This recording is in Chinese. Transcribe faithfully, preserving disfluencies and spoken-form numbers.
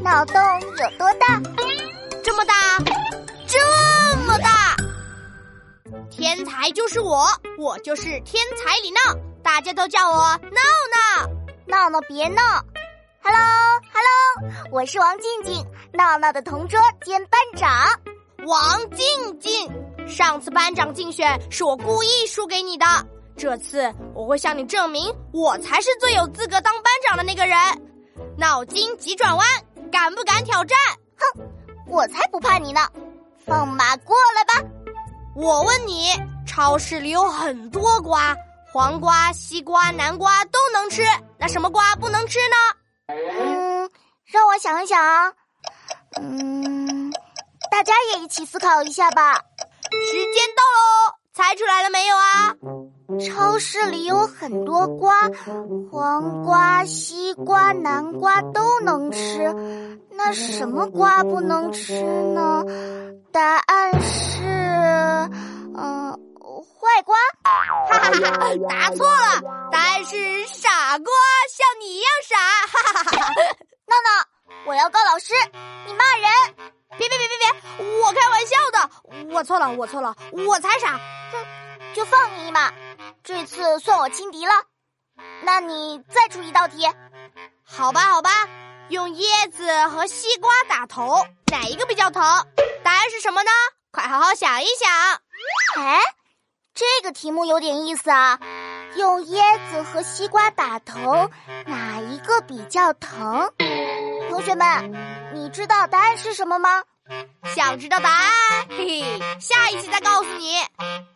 脑洞有多大？ 这么大，这么大！天才就是我，我就是天才李闹，大家都叫我闹闹。 闹闹别闹 ，Hello Hello， 我是王静静，闹闹的同桌兼班长。 王静静，上次班长竞选是我故意输给你的，这次我会向你证明，我才是最有资格当班长的那个人。脑筋急转弯，敢不敢挑战？ 哼，我才不怕你呢，放马过来吧。 我问你，超市里有很多瓜，黄瓜、西瓜、南瓜都能吃，那什么瓜不能吃呢？ 嗯，让我想一想啊。嗯，大家也一起思考一下吧。 时间到喽，猜出来了没有啊？ 超市里有很多瓜，黄瓜、西瓜、南瓜都能吃，那什么瓜不能吃呢？答案是，嗯、呃，坏瓜。 哈哈哈，答错了，答案是傻瓜，像你一样傻。哈哈哈哈。 闹闹，我要告老师，你骂人！ 别别别别别，我开玩笑的，我错了，我错了，我才傻。 哼，就放你一马，这次算我轻敌了。那你再出一道题。 好吧好吧，用椰子和西瓜打头，哪一个比较疼？答案是什么呢？快好好想一想。 哎，这个题目有点意思啊。用椰子和西瓜打头，哪一个比较疼？同学们，你知道答案是什么吗？ 想知道答案？嘿嘿，下一期再告诉你。